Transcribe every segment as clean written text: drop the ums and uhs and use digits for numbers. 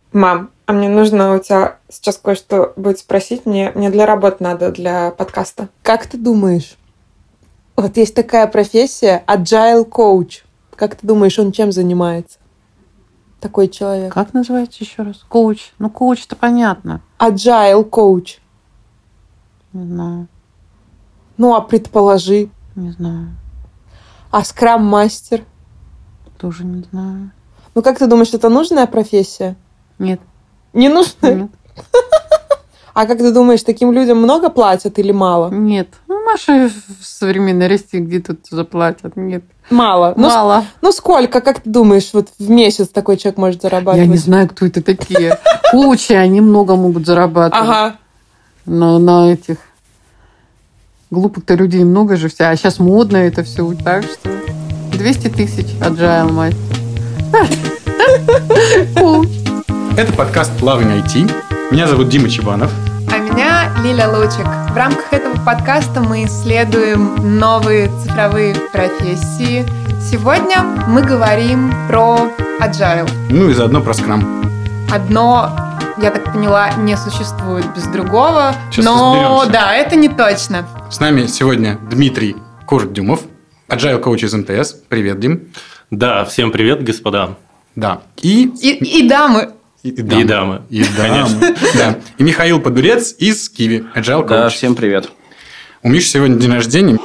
Мам, а мне нужно у тебя сейчас кое-что будет спросить. Мне для работы надо, для подкаста. Как ты думаешь, вот есть такая профессия Agile Coach. Как ты думаешь, он чем занимается? Такой человек. Как называется еще раз? Коуч. Ну, коуч-то понятно. Agile Coach. Не знаю. Ну, а предположи. Не знаю. А Скрам-мастер? Тоже не знаю. Ну, как ты думаешь, это нужная профессия? Нет. Не нужная? Нет. А как ты думаешь, таким людям много платят или мало? Нет. Ну, Маша в современной России где тут заплатят? Нет. Мало. Мало. Ну, сколько, как ты думаешь, вот в месяц такой человек может зарабатывать? Я не знаю, кто это такие. Коучи, они много могут зарабатывать. Ага. На этих... Глупых-то людей много же вся. А сейчас модно это все. Так что 200 тысяч Agile мастер. Коуч. Это подкаст «Плавание IT». Меня зовут Дима Чебанов. А меня Лиля Лучик. В рамках этого подкаста мы исследуем новые цифровые профессии. Сегодня мы говорим про Agile. Ну и заодно про Scrum. Одно, я так поняла, не существует без другого. Сейчас но разберемся. да, это не точно. С нами сегодня Дмитрий Курдюмов, Agile Coach из МТС. Привет, Дим. Да, всем привет, господа. Да. И дамы. И дамы. Конечно. Да. И Михаил Подурец из Киви, Agile Coach. Да, всем привет. У Миши сегодня день рождения.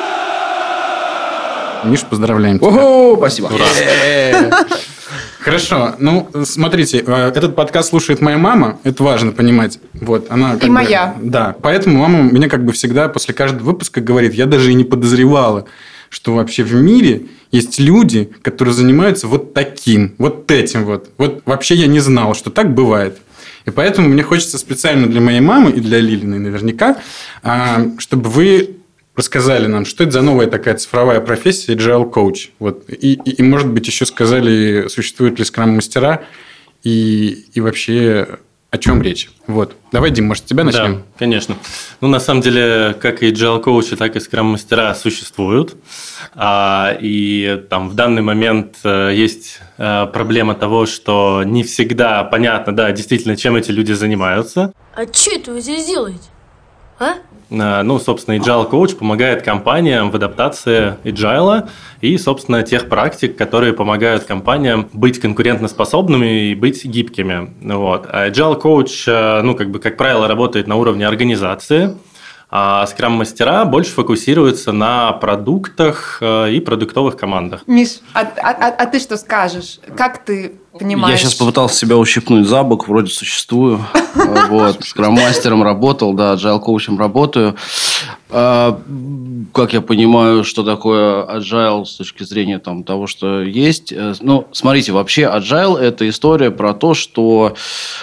Миш, поздравляем тебя. Ого, спасибо. Хорошо. Ну, смотрите, этот подкаст слушает моя мама. Это важно понимать. Вот, она И моя. Да. Поэтому мама мне как бы всегда после каждого выпуска говорит, я даже и не подозревала, что вообще в мире есть люди, которые занимаются вот таким, вот этим вот. Вот вообще я не знал, что так бывает. И поэтому мне хочется специально для моей мамы и для Лилиной наверняка, чтобы вы рассказали нам, что это за новая такая цифровая профессия Agile Coach. Вот. И, может быть, еще сказали, существуют ли скрам-мастера и вообще о чем речь. Вот. Давай, Дим, может, с тебя начнем? Да, конечно. Ну, на самом деле, как и Agile Coach, так и скрам-мастера существуют. И там в данный момент есть проблема того, что не всегда понятно, да, действительно, чем эти люди занимаются. А что это вы здесь делаете? А? Ну, собственно, Agile Coach помогает компаниям в адаптации Agile и, собственно, тех практик, которые помогают компаниям быть конкурентоспособными и быть гибкими. Вот. А Agile Coach, ну, как правило, работает на уровне организации, а скрам-мастера больше фокусируются на продуктах и продуктовых командах. Миш, а ты что скажешь? Как ты понимаешь? Я сейчас попытался себя ущипнуть за бок, вроде существую. Вот, скрам-мастером работал, да, agile-коучем работаю. Как я понимаю, что такое agile с точки зрения того, что есть? Ну, смотрите, вообще agile – это история про то, что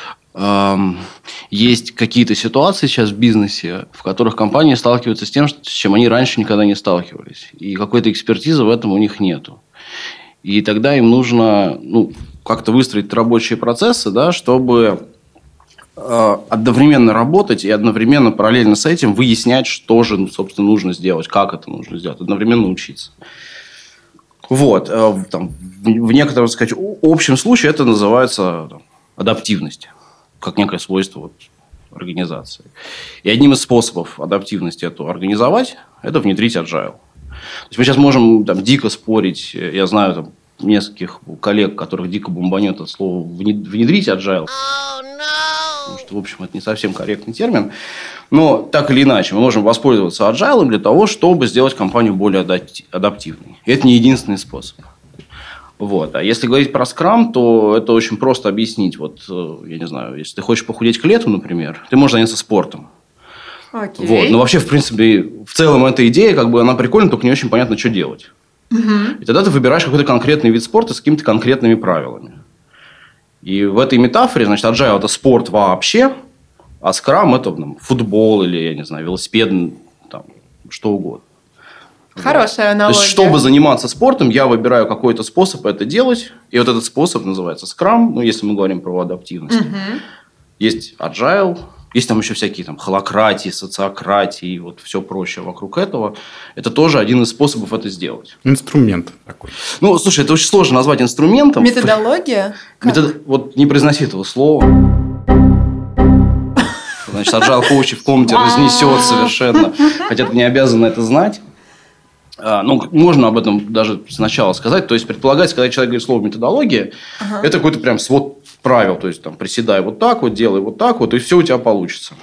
есть какие-то ситуации сейчас в бизнесе, в которых компании сталкиваются с тем, с чем они раньше никогда не сталкивались. И какой-то экспертизы в этом у них нету. И тогда им нужно как-то выстроить рабочие процессы, да, чтобы одновременно работать и одновременно параллельно с этим выяснять, что же, собственно, нужно сделать, как это нужно сделать, одновременно учиться. Вот. В некотором, сказать, общем случае это называется адаптивность, как некое свойство организации. И одним из способов адаптивности эту организовать – это внедрить agile. То есть мы сейчас можем дико спорить. Я знаю нескольких коллег, которых дико бомбанет это слово «внедрить agile». Потому что, в общем, это не совсем корректный термин. Но так или иначе, мы можем воспользоваться agile для того, чтобы сделать компанию более адаптивной. И это не единственный способ. Вот. А если говорить про Scrum, то это очень просто объяснить. Я не знаю, если ты хочешь похудеть к лету, например, ты можешь заняться спортом. Окей. Вот. Но вообще, в принципе, в целом эта идея, она прикольная, только не очень понятно, что делать. Угу. И тогда ты выбираешь какой-то конкретный вид спорта с какими-то конкретными правилами. И в этой метафоре, значит, agile – это спорт вообще, а Scrum – это футбол или, я не знаю, велосипед, что угодно. Хорошая аналогия. То есть, чтобы заниматься спортом, я выбираю какой-то способ это делать. И этот способ называется Scrum, если мы говорим про адаптивность. Угу. Есть Agile, Есть там еще всякие там холократии, социократии и вот все прочее вокруг этого. Это тоже один из способов это сделать. Инструмент такой. Ну, слушай, это очень сложно назвать инструментом. Методология? Вот не произноси этого слова. Значит, agile коуч в комнате разнесет совершенно. Хотя ты не обязан это знать. Ну, можно об этом даже сначала сказать. То есть, предполагается, когда человек говорит слово методология, это какой-то прям свод правил. То есть, там, приседай вот так вот, делай вот так вот, и все у тебя получится.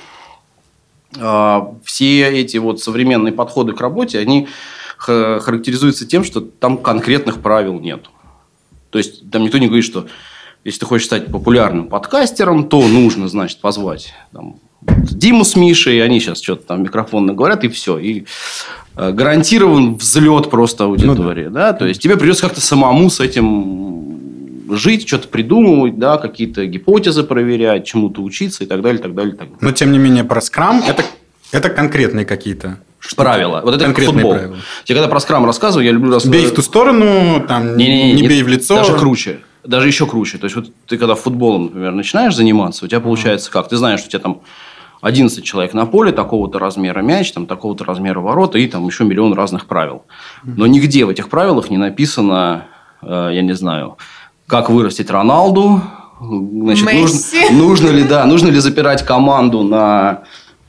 Все эти вот современные подходы к работе, они характеризуются тем, что там конкретных правил нет. То есть, там никто не говорит, что если ты хочешь стать популярным подкастером, то нужно, значит, позвать там, Диму с Мишей, и они сейчас что-то там микрофонно говорят, и все. И гарантирован взлет просто аудитории. Да? То есть, тебе придется как-то самому с этим жить, что-то придумывать, да, какие-то гипотезы проверять, чему-то учиться и так далее, так далее, так далее. Но, тем не менее, про скрам это конкретные какие-то штуки. Правила. Вот это как футбол. Правила. Я когда про скрам рассказываю, я люблю рассказывать. Бей в ту сторону, там, не бей в лицо. Даже круче. Даже еще круче. То есть, вот ты когда футболом, например, начинаешь заниматься, у тебя получается как? Ты знаешь, что у тебя там 11 человек на поле, такого-то размера мяч, там, такого-то размера ворота и там еще миллион разных правил. Но нигде в этих правилах не написано, я не знаю, как вырастить Роналду, значит, нужно ли запирать команду на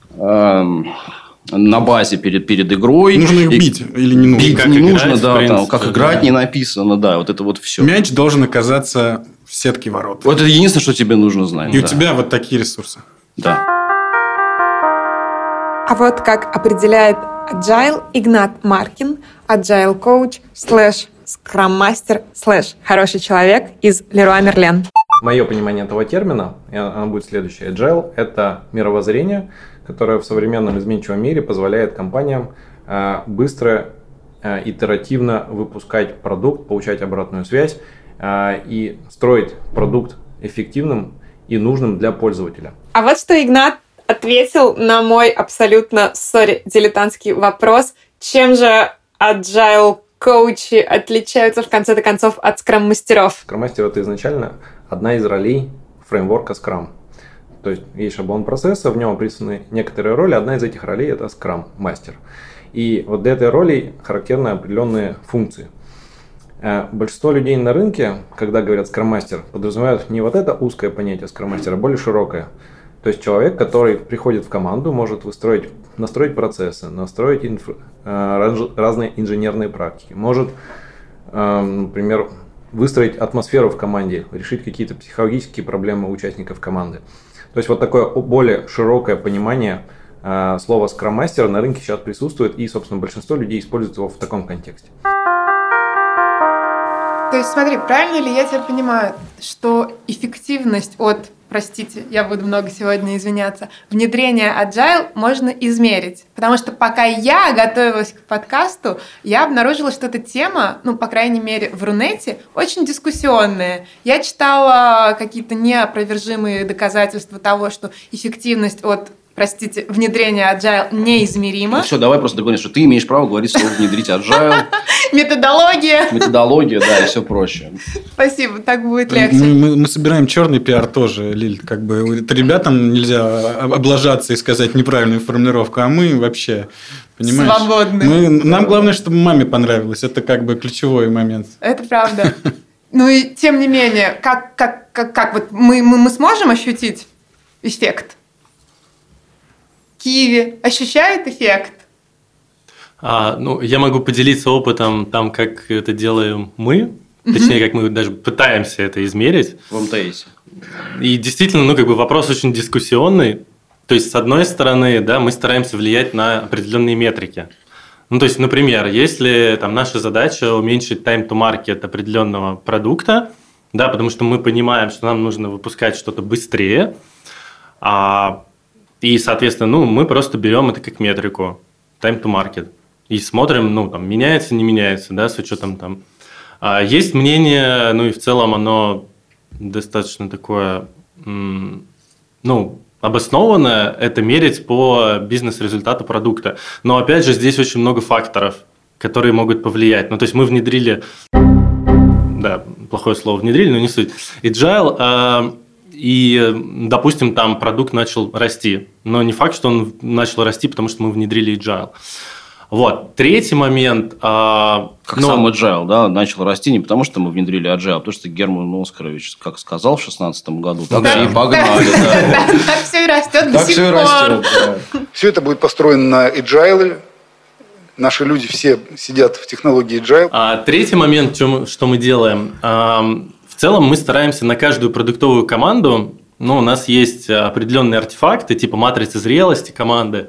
базе перед игрой. Нужно их бить или не нужно? Бить как не играть, нужно, да, принципе, там, как играть не написано, да, вот это вот все. Мяч должен оказаться в сетке ворот. Вот это единственное, что тебе нужно знать. И у тебя вот такие ресурсы. Да. А вот как определяет Agile Игнат Маркин, Agile коуч / Scrum Master / хороший человек из Леруа Мерлен. Мое понимание этого термина, оно будет следующее. Agile – это мировоззрение, которое в современном изменчивом мире позволяет компаниям быстро, итеративно выпускать продукт, получать обратную связь и строить продукт эффективным и нужным для пользователя. А вот что Игнат ответил на мой абсолютно, дилетантский вопрос. Чем же Agile коучи отличаются в конце концов от скрам-мастеров? Скрам-мастер – это изначально одна из ролей фреймворка Scrum. То есть, есть шаблон процесса, в нем описаны некоторые роли. Одна из этих ролей – это Scrum-мастер. И вот для этой роли характерны определенные функции. Большинство людей на рынке, когда говорят Scrum-мастер, подразумевают не вот это узкое понятие Scrum-мастера, а более широкое. То есть, человек, который приходит в команду, может настроить процессы, настроить разные инженерные практики, может, например, выстроить атмосферу в команде, решить какие-то психологические проблемы участников команды. То есть, вот такое более широкое понимание слова скрам-мастер на рынке сейчас присутствует, и, собственно, большинство людей используют его в таком контексте. То есть, смотри, правильно ли я тебя понимаю, что эффективность от, простите, я буду много сегодня извиняться, внедрения Agile можно измерить? Потому что пока я готовилась к подкасту, я обнаружила, что эта тема, ну, по крайней мере, в Рунете, очень дискуссионная. Я читала какие-то неопровержимые доказательства того, что эффективность от, простите, внедрения Agile неизмерима. Ну, все, давай просто договоримся, что ты имеешь право говорить слово «внедрить Agile». Методология, да, и все проще. Спасибо, так будет легче. Мы собираем черный пиар тоже, Лиль. Как бы это ребятам нельзя облажаться и сказать неправильную формулировку, а мы вообще, понимаешь? Свободны. Нам главное, чтобы маме понравилось. Это как бы ключевой момент. Это правда. Ну и тем не менее, как вот мы сможем ощутить эффект? Киви ощущает эффект? Я могу поделиться опытом, там, как это делаем мы, точнее, как мы даже пытаемся это измерить. В МТС. И действительно, вопрос очень дискуссионный. То есть, с одной стороны, да, мы стараемся влиять на определенные метрики. Ну, то есть, например, если там наша задача уменьшить time to market определенного продукта, да, потому что мы понимаем, что нам нужно выпускать что-то быстрее, и, соответственно, мы просто берем это как метрику time to market. И смотрим, меняется, не меняется, да, с учетом там. Есть мнение, и в целом оно достаточно такое, обоснованное, это мерить по бизнес-результату продукта. Но, опять же, здесь очень много факторов, которые могут повлиять. То есть, мы внедрили, да, плохое слово внедрили, но не суть. Agile, и, допустим, там продукт начал расти. Но не факт, что он начал расти, потому что мы внедрили agile. Вот. Третий момент. Сам agile, да, начал расти не потому, что мы внедрили agile, а потому что Герман Оскарович, как сказал в 2016 году, так все и погнали. Так все и растет до сих пор. Все это будет построено на agile. Наши люди все сидят в технологии agile. Третий момент, что мы делаем. В целом мы стараемся на каждую продуктовую команду, у нас есть определенные артефакты, типа матрицы зрелости команды,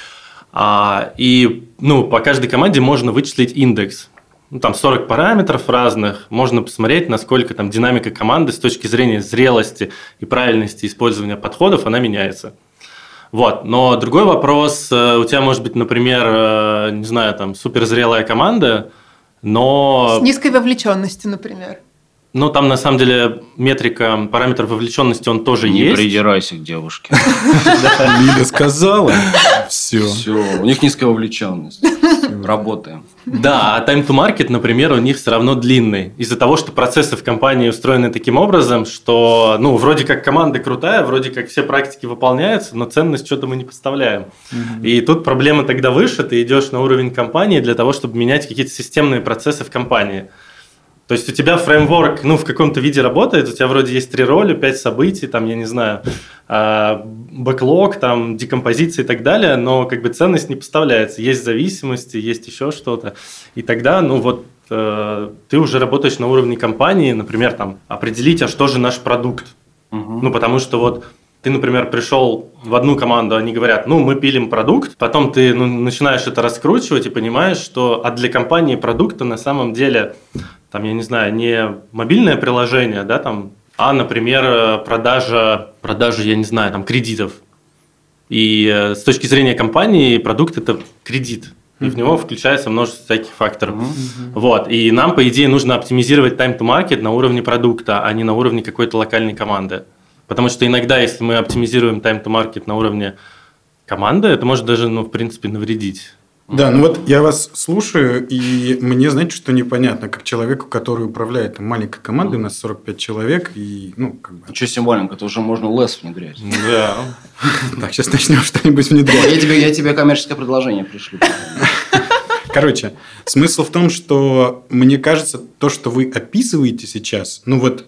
и по каждой команде можно вычислить индекс. Там 40 параметров разных, можно посмотреть, насколько там динамика команды с точки зрения зрелости и правильности использования подходов, она меняется. Вот. Но другой вопрос, у тебя может быть, например, не знаю, там суперзрелая команда, но... С низкой вовлеченностью, например. Там, на самом деле, метрика, параметр вовлеченности, он тоже есть. Не придирайся к девушке. Лида сказала. Все. У них низкая вовлеченность. Работаем. Да, а time to market, например, у них все равно длинный. Из-за того, что процессы в компании устроены таким образом, что, вроде как команда крутая, вроде как все практики выполняются, но ценность что-то мы не поставляем. И тут проблема тогда выше, ты идешь на уровень компании для того, чтобы менять какие-то системные процессы в компании. То есть у тебя фреймворк, в каком-то виде работает, у тебя вроде есть 3 роли, 5 событий, там, я не знаю, бэклог, там, декомпозиция и так далее, но ценность не поставляется. Есть зависимости, есть еще что-то. И тогда, ты уже работаешь на уровне компании, например, там, определить, а что же наш продукт. Потому что ты, например, пришел в одну команду, они говорят, мы пилим продукт, потом ты начинаешь это раскручивать и понимаешь, что для компании продукта на самом деле, там, я не знаю, не мобильное приложение, да, там, а, например, продажа, я не знаю, там, кредитов. И с точки зрения компании продукт – это кредит. И в него включается множество всяких факторов. Вот. И нам, по идее, нужно оптимизировать time to market на уровне продукта, а не на уровне какой-то локальной команды. Потому что иногда, если мы оптимизируем time to market на уровне команды, это может даже, в принципе, навредить. Да, я вас слушаю, и мне, знаете, что непонятно, как человеку, который управляет маленькой командой, у нас 45 человек, и, Что с тем маленько, это уже можно less внедрять. Да. Так, сейчас начнем что-нибудь внедрять. Я тебе коммерческое предложение пришлю. Короче, смысл в том, что мне кажется, то, что вы описываете сейчас,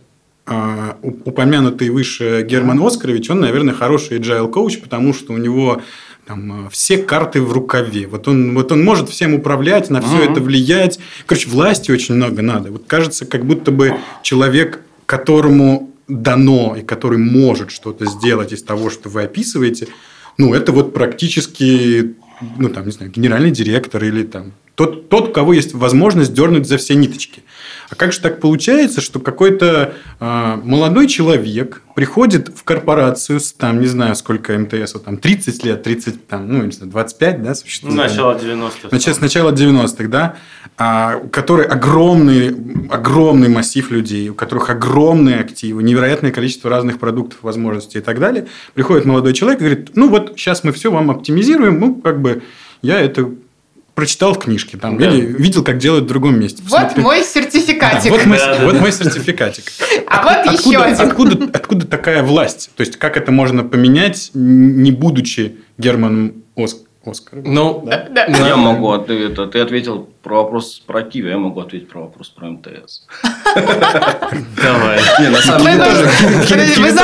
упомянутый выше Герман Оскарович, он, наверное, хороший agile коуч, потому что у него там все карты в рукаве. Он может всем управлять, на все это влиять. Короче, власти очень много надо. Кажется, как будто бы человек, которому дано и который может что-то сделать из того, что вы описываете, это практически, не знаю, генеральный директор или там тот, у кого есть возможность дернуть за все ниточки. А как же так получается, что какой-то молодой человек приходит в корпорацию с, не знаю, сколько МТС, 30 лет, 30, не знаю, 25, да, существует? Начало 90-х. С начала 90-х, да, у которой огромный массив людей, у которых огромные активы, невероятное количество разных продуктов, возможностей и так далее. Приходит молодой человек и говорит, сейчас мы все вам оптимизируем, я это прочитал в книжке или видел, как делают в другом месте. Вот мой сертификатик. Вот мой сертификатик. Еще один. Откуда такая власть? То есть, как это можно поменять, не будучи Германом Оскаровым? Я могу. Ты ответил про вопрос про Киви, я могу ответить про вопрос про МТС. Давай. На самом деле тоже. Вы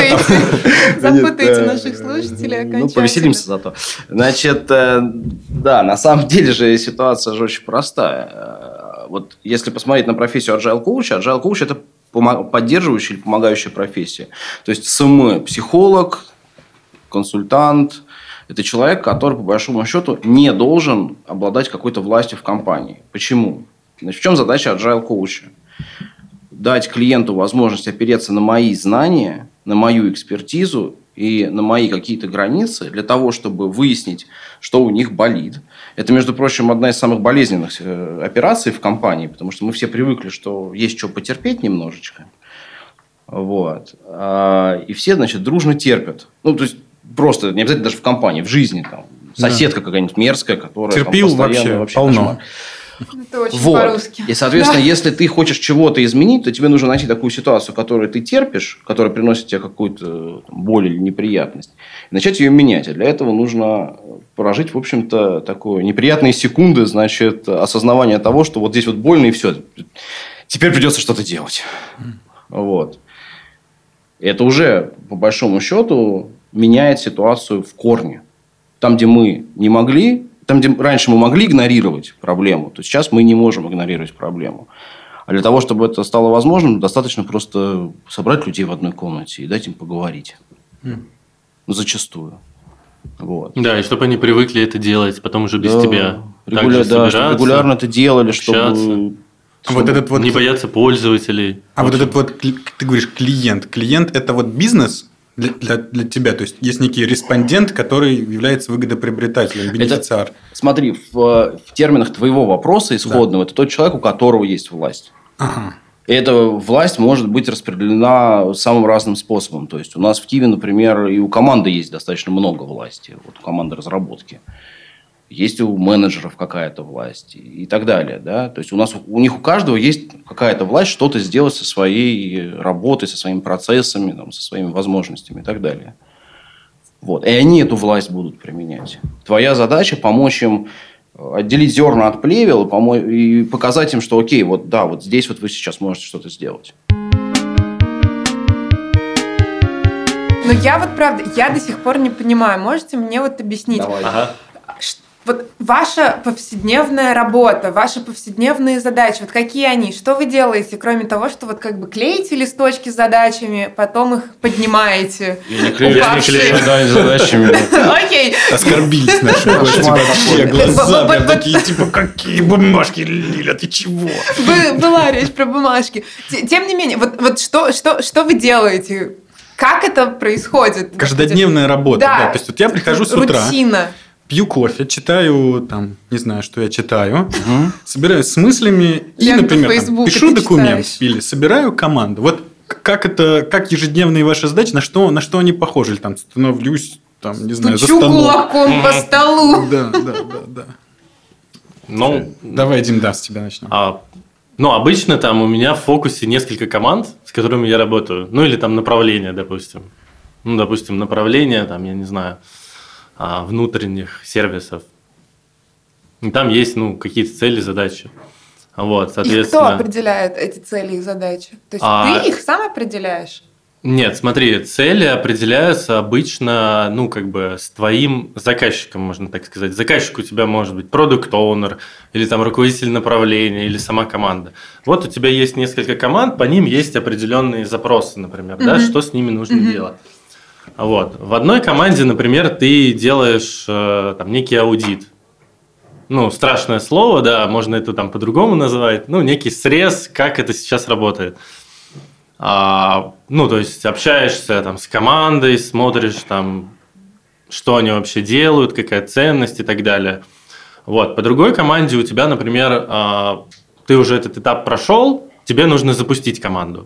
запутаете наших слушателей окончательно. Повеселимся зато. Значит, да, на самом деле же ситуация же очень простая. Если посмотреть на профессию agile коуч это поддерживающая или помогающая профессия. То есть СМ, психолог, консультант. Это человек, который, по большому счету, не должен обладать какой-то властью в компании. Почему? Значит, в чем задача agile коуча? Дать клиенту возможность опереться на мои знания, на мою экспертизу и на мои какие-то границы для того, чтобы выяснить, что у них болит. Это, между прочим, одна из самых болезненных операций в компании, потому что мы все привыкли, что есть что потерпеть немножечко. И все, значит, дружно терпят. То есть, просто не обязательно даже в компании, в жизни. Соседка какая-нибудь мерзкая, которая... Терпил вообще полно. Это очень Вот. по-русски. И, соответственно, Да. если ты хочешь чего-то изменить, то тебе нужно найти такую ситуацию, которую ты терпишь, которая приносит тебе какую-то боль или неприятность, и начать ее менять. А для этого нужно прожить, в общем-то, такое неприятные секунды, значит, осознавание того, что вот здесь вот больно, и все. Теперь придется что-то делать. Вот. Это уже, по большому счету, меняет ситуацию в корне. Там, где мы не могли, там, где раньше мы могли игнорировать проблему, то сейчас мы не можем игнорировать проблему. А для того, чтобы это стало возможным, достаточно просто собрать людей в одной комнате и дать им поговорить. Зачастую. Вот. Да, и чтобы они привыкли это делать, потом уже без тебя. Чтобы регулярно это делали, чтобы... Вот этот вот... Не бояться пользователей. А вот этот вот, ты говоришь, клиент. Клиент – это вот бизнес для тебя? То есть, есть некий респондент, который является выгодоприобретателем, бенефициар. Смотри, в терминах твоего вопроса исходного, это тот человек, у которого есть власть. Ага. И эта власть может быть распределена самым разным способом. То есть, у нас в Киеве, например, и у команды есть достаточно много власти. Вот у команды разработки. Есть у менеджеров какая-то власть и так далее. Да? То есть, у них у каждого есть какая-то власть что-то сделать со своей работой, со своими процессами, там, со своими возможностями и так далее. Вот. И они эту власть будут применять. Твоя задача помочь им отделить зерна от плевел и показать им, что окей, вот да, вот здесь вот вы сейчас можете что-то сделать. Но я вот правда, я до сих пор не понимаю. Можете мне вот объяснить? Давай. Ага. Вот ваша повседневная работа, ваши повседневные задачи, вот какие они? Что вы делаете, кроме того, что вот как бы клеите листочки с задачами, потом их поднимаете? Я не клею задачами. Окей. Оскорбились наши гости вообще. Глаза прям такие, типа, какие бумажки, Лиля, ты чего? Была речь про бумажки. Тем не менее, вот что вы делаете? Как это происходит? Каждодневная работа. Да. Да. То есть, вот я прихожу с утра. Рутина. Пью кофе, читаю, там, не знаю, что я читаю, собираюсь с мыслями и, Ленту например, там, Фейсбука пишу ты документ читаешь. или собираю команду. Вот как ежедневные ваши задачи, на что они похожи? Или там становлюсь, там, не знаю, за Стучу столом. кулаком по столу. Да. Ну, Давай, Дим, с тебя начнем. Обычно там у меня в фокусе несколько команд, с которыми я работаю. Ну, или там направления, допустим. Ну, допустим, направление, там, я не знаю, внутренних сервисов. И там есть, какие-то цели, задачи. Вот, соответственно... И кто определяет эти цели и задачи? То есть ты их сам определяешь? Нет, смотри, цели определяются обычно, с твоим заказчиком, можно так сказать. Заказчик у тебя может быть продукт-оунер, или там руководитель направления, или сама команда. Вот у тебя есть несколько команд, по ним есть определенные запросы, например, да, что с ними нужно делать. Вот. В одной команде, например, ты делаешь некий аудит. Страшное слово, да, можно это там по-другому называть. Некий срез, как это сейчас работает. То есть общаешься там с командой, смотришь там, что они вообще делают, какая ценность и так далее. Вот. По другой команде у тебя, например, ты уже этот этап прошел, тебе нужно запустить команду.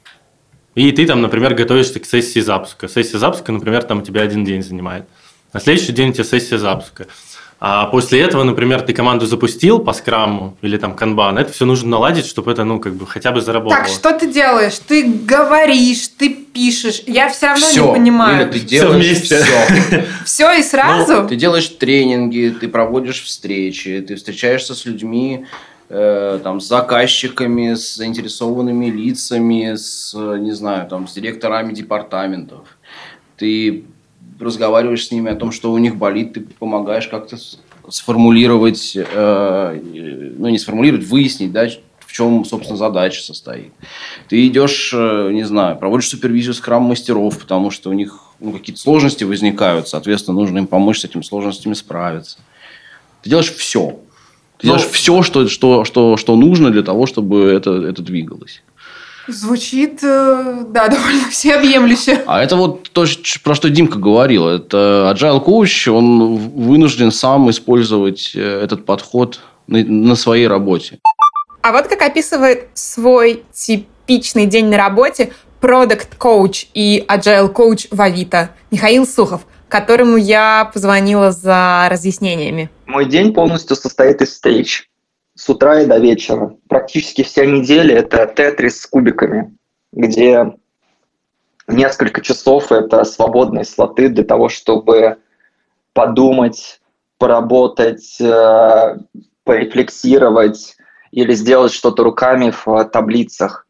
И ты там, например, готовишься к сессии запуска. Сессия запуска, например, там у тебя 1 день занимает. На следующий день у тебя сессия запуска. А после этого, например, ты команду запустил по скраму или там канбан. Это все нужно наладить, чтобы это, хотя бы заработало. Так, что ты делаешь? Ты говоришь, ты пишешь. Я все равно не понимаю. Или ты делаешь все. Все и сразу? Ты делаешь тренинги, ты проводишь встречи, ты встречаешься с людьми, с заказчиками, с заинтересованными лицами, с директорами департаментов. Ты разговариваешь с ними о том, что у них болит, ты помогаешь как-то сформулировать, не сформулировать, выяснить, да, в чем, собственно, задача состоит. Ты идешь, проводишь супервизию скрам-мастеров, потому что у них какие-то сложности возникают, соответственно, нужно им помочь с этими сложностями справиться. Ты делаешь все. Ты делаешь все, что нужно для того, чтобы это двигалось. Звучит, довольно всеобъемлюще. А это вот то, про что Димка говорил. Это Agile Coach, он вынужден сам использовать этот подход на своей работе. А вот как описывает свой типичный день на работе Product Coach и Agile Coach в Авито Михаил Сухов, которому я позвонила за разъяснениями. Мой день полностью состоит из встреч с утра и до вечера. Практически вся неделя – это тетрис с кубиками, где несколько часов – это свободные слоты для того, чтобы подумать, поработать, порефлексировать или сделать что-то руками в таблицах.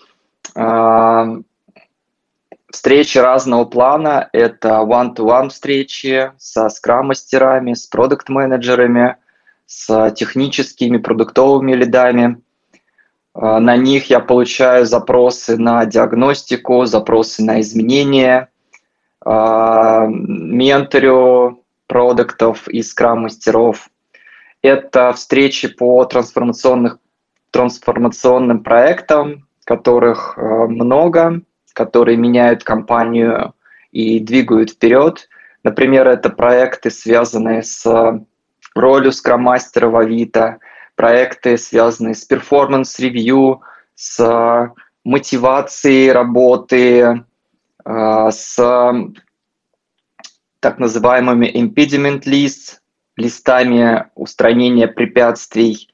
Встречи разного плана – это one-to-one встречи со скрам-мастерами, с продакт-менеджерами, с техническими, продуктовыми лидами. На них я получаю запросы на диагностику, запросы на изменения, менторю продуктов и скрам-мастеров. Это встречи по трансформационным проектам, которых много, которые меняют компанию и двигают вперед. Например, это проекты, связанные с ролью скрам-мастера в Авито, проекты, связанные с перформанс-ревью, с мотивацией работы, с так называемыми impediment lists, листами устранения препятствий.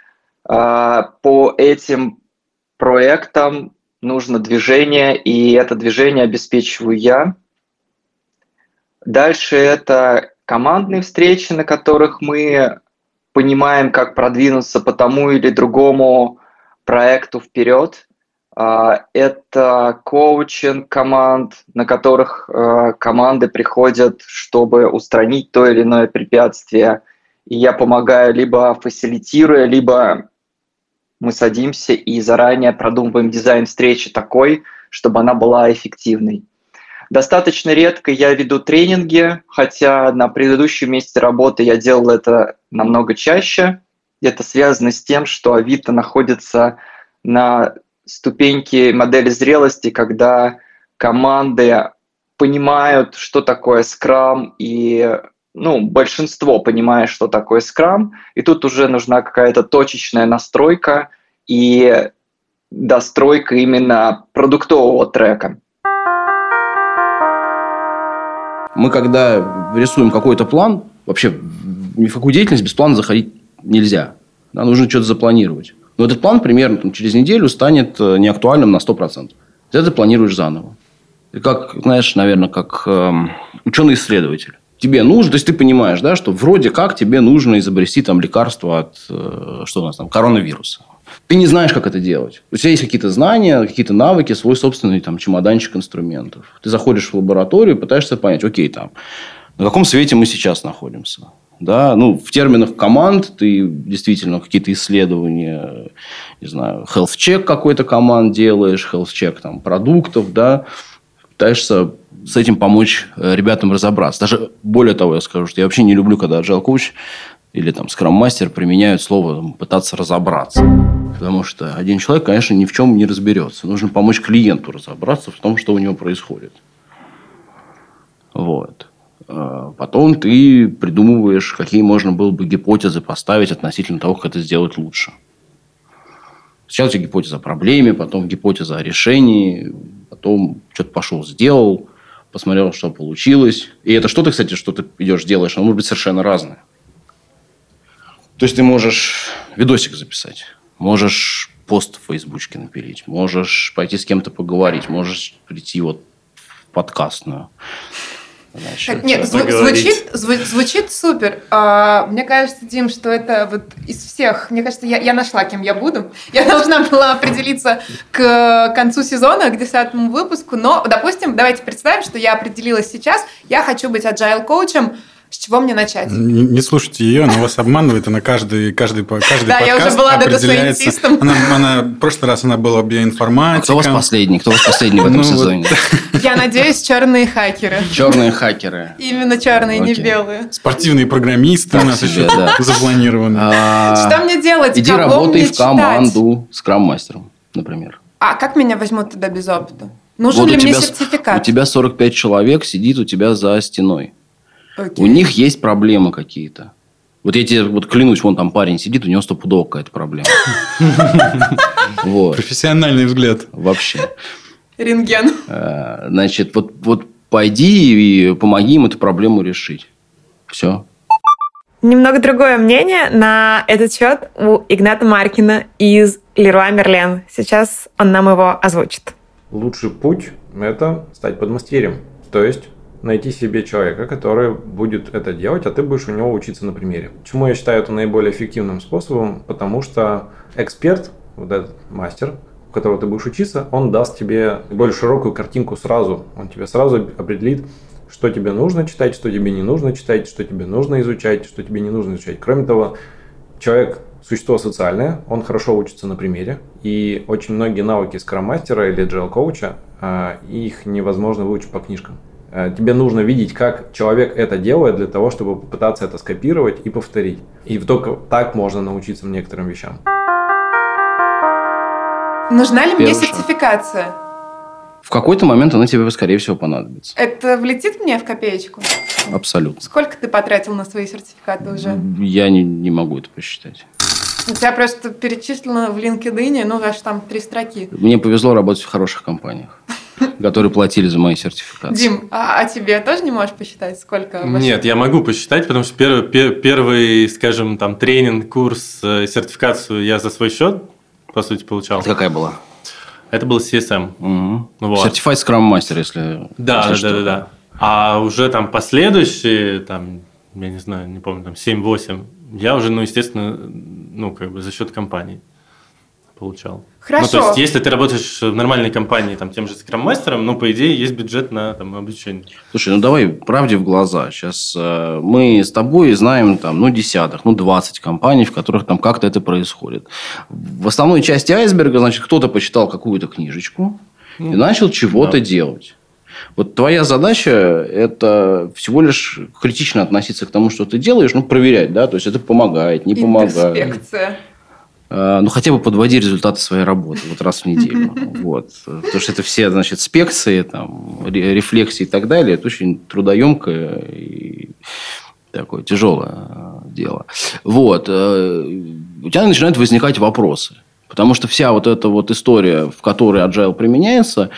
По этим проектам нужно движение, и это движение обеспечиваю я. Дальше это командные встречи, на которых мы понимаем, как продвинуться по тому или другому проекту вперед. Это коучинг команд, на которых команды приходят, чтобы устранить то или иное препятствие. И я помогаю, либо фасилитируя, либо мы садимся и заранее продумываем дизайн встречи такой, чтобы она была эффективной. Достаточно редко я веду тренинги, хотя на предыдущем месте работы я делал это намного чаще. Это связано с тем, что Авито находится на ступеньке модели зрелости, когда команды понимают, что такое скрам, и большинство понимает, что такое скрам, и тут уже нужна какая-то точечная настройка и достройка именно продуктового трека. Мы когда рисуем какой-то план, вообще ни в какую деятельность без плана заходить нельзя. Да, нужно что-то запланировать. Но этот план примерно через неделю станет неактуальным на 100%. Ты это планируешь заново. И как, знаешь, наверное, как ученый-исследователь. Тебе нужно, то есть ты понимаешь, да, что вроде как тебе нужно изобрести там лекарство от, что у нас там, коронавируса. Ты не знаешь, как это делать. У тебя есть какие-то знания, какие-то навыки, свой собственный там чемоданчик инструментов. Ты заходишь в лабораторию, пытаешься понять, окей, там, на каком свете мы сейчас находимся. Да, в терминах команд ты действительно какие-то исследования, не знаю, health check какой-то команд делаешь, health check там продуктов, да, пытаешься с этим помочь ребятам разобраться. Даже более того, я скажу, что я вообще не люблю, когда Agile Coach или там Scrum Master применяют слово «пытаться разобраться». Потому что один человек, конечно, ни в чем не разберется. Нужно помочь клиенту разобраться в том, что у него происходит. Вот. Потом ты придумываешь, какие можно было бы гипотезы поставить относительно того, как это сделать лучше. Сначала у тебя гипотеза о проблеме, потом гипотеза о решении, потом что-то пошел, сделал, посмотрел, что получилось. И это что-то, кстати, что ты идешь делаешь, оно может быть совершенно разное. То есть ты можешь видосик записать, можешь пост в Фейсбучке напилить, можешь пойти с кем-то поговорить, можешь прийти в подкастную. Значит, нет, звучит супер. Мне кажется, Дим, что это вот из всех... Мне кажется, я нашла, кем я буду. Я должна была определиться к концу сезона, к 10-му выпуску. Но, допустим, давайте представим, что я определилась сейчас. Я хочу быть agile-коучем. С чего мне начать? Не слушайте ее, она вас обманывает, она каждый подкаст да, я уже была дата-сайентистом. В прошлый раз она была биоинформатиком. Кто у вас последний? Кто у вас последний в этом сезоне? Я надеюсь, черные хакеры. Черные хакеры. Именно черные, не белые. Спортивные программисты у нас еще запланированы. Что мне делать? Иди работай в команду скрам-мастером, например. А как меня возьмут туда без опыта? Нужен ли мне сертификат? У тебя 45 человек сидит у тебя за стеной. Окей. У них есть проблемы какие-то. Вот я тебе клянусь, вон там парень сидит, у него стопудово какая-то проблема. Профессиональный взгляд. Вообще. Рентген. Значит, вот пойди и помоги им эту проблему решить. Все. Немного другое мнение на этот счет у Игната Маркина из Leroy Merlin. Сейчас он нам его озвучит. Лучший путь – это стать подмастерьем. То есть найти себе человека, который будет это делать, а ты будешь у него учиться на примере. Почему я считаю это наиболее эффективным способом? Потому что эксперт, вот этот мастер, у которого ты будешь учиться, он даст тебе более широкую картинку сразу. Он тебе сразу определит, что тебе нужно читать, что тебе не нужно читать, что тебе нужно изучать, что тебе не нужно изучать. Кроме того, человек – существо социальное, он хорошо учится на примере. И очень многие навыки скрам-мастера или agile-коуча, их невозможно выучить по книжкам. Тебе нужно видеть, как человек это делает для того, чтобы попытаться это скопировать и повторить. И только так можно научиться некоторым вещам. Нужна ли мне сертификация? В какой-то момент она тебе, скорее всего, понадобится. Это влетит мне в копеечку? Абсолютно. Сколько ты потратил на свои сертификаты уже? Я не могу это посчитать. У тебя просто перечислено в LinkedIn, аж там 3 строки. Мне повезло работать в хороших компаниях, которые платили за мои сертификаты. Дим, а тебе тоже не можешь посчитать, сколько? Нет, я могу посчитать, потому что первый, скажем, там тренинг, курс, сертификацию я за свой счет, по сути, получал. Это какая была? Это был CSM. Угу. Вот. Сертифайт Scrum Master, если... Да. А уже там последующие, там, я не знаю, не помню, там 7-8, я уже, естественно, за счет компании получал. Хорошо. То есть, если ты работаешь в нормальной компании, там, тем же скрам-мастером, по идее, есть бюджет на обучение. Слушай, давай правде в глаза. Сейчас мы с тобой знаем десяток, 20 компаний, в которых там как-то это происходит. В основной части айсберга, значит, кто-то почитал какую-то книжечку и начал чего-то делать. Вот твоя задача – это всего лишь критично относиться к тому, что ты делаешь, проверять, да, то есть это помогает, не помогает. Интроспекция. Хотя бы подводи результаты своей работы раз в неделю. Вот. Потому что это все, значит, спекции, рефлексии и так далее. Это очень трудоемкое и такое тяжелое дело. Вот. У тебя начинают возникать вопросы. Потому что вся вот эта вот история, в которой agile применяется,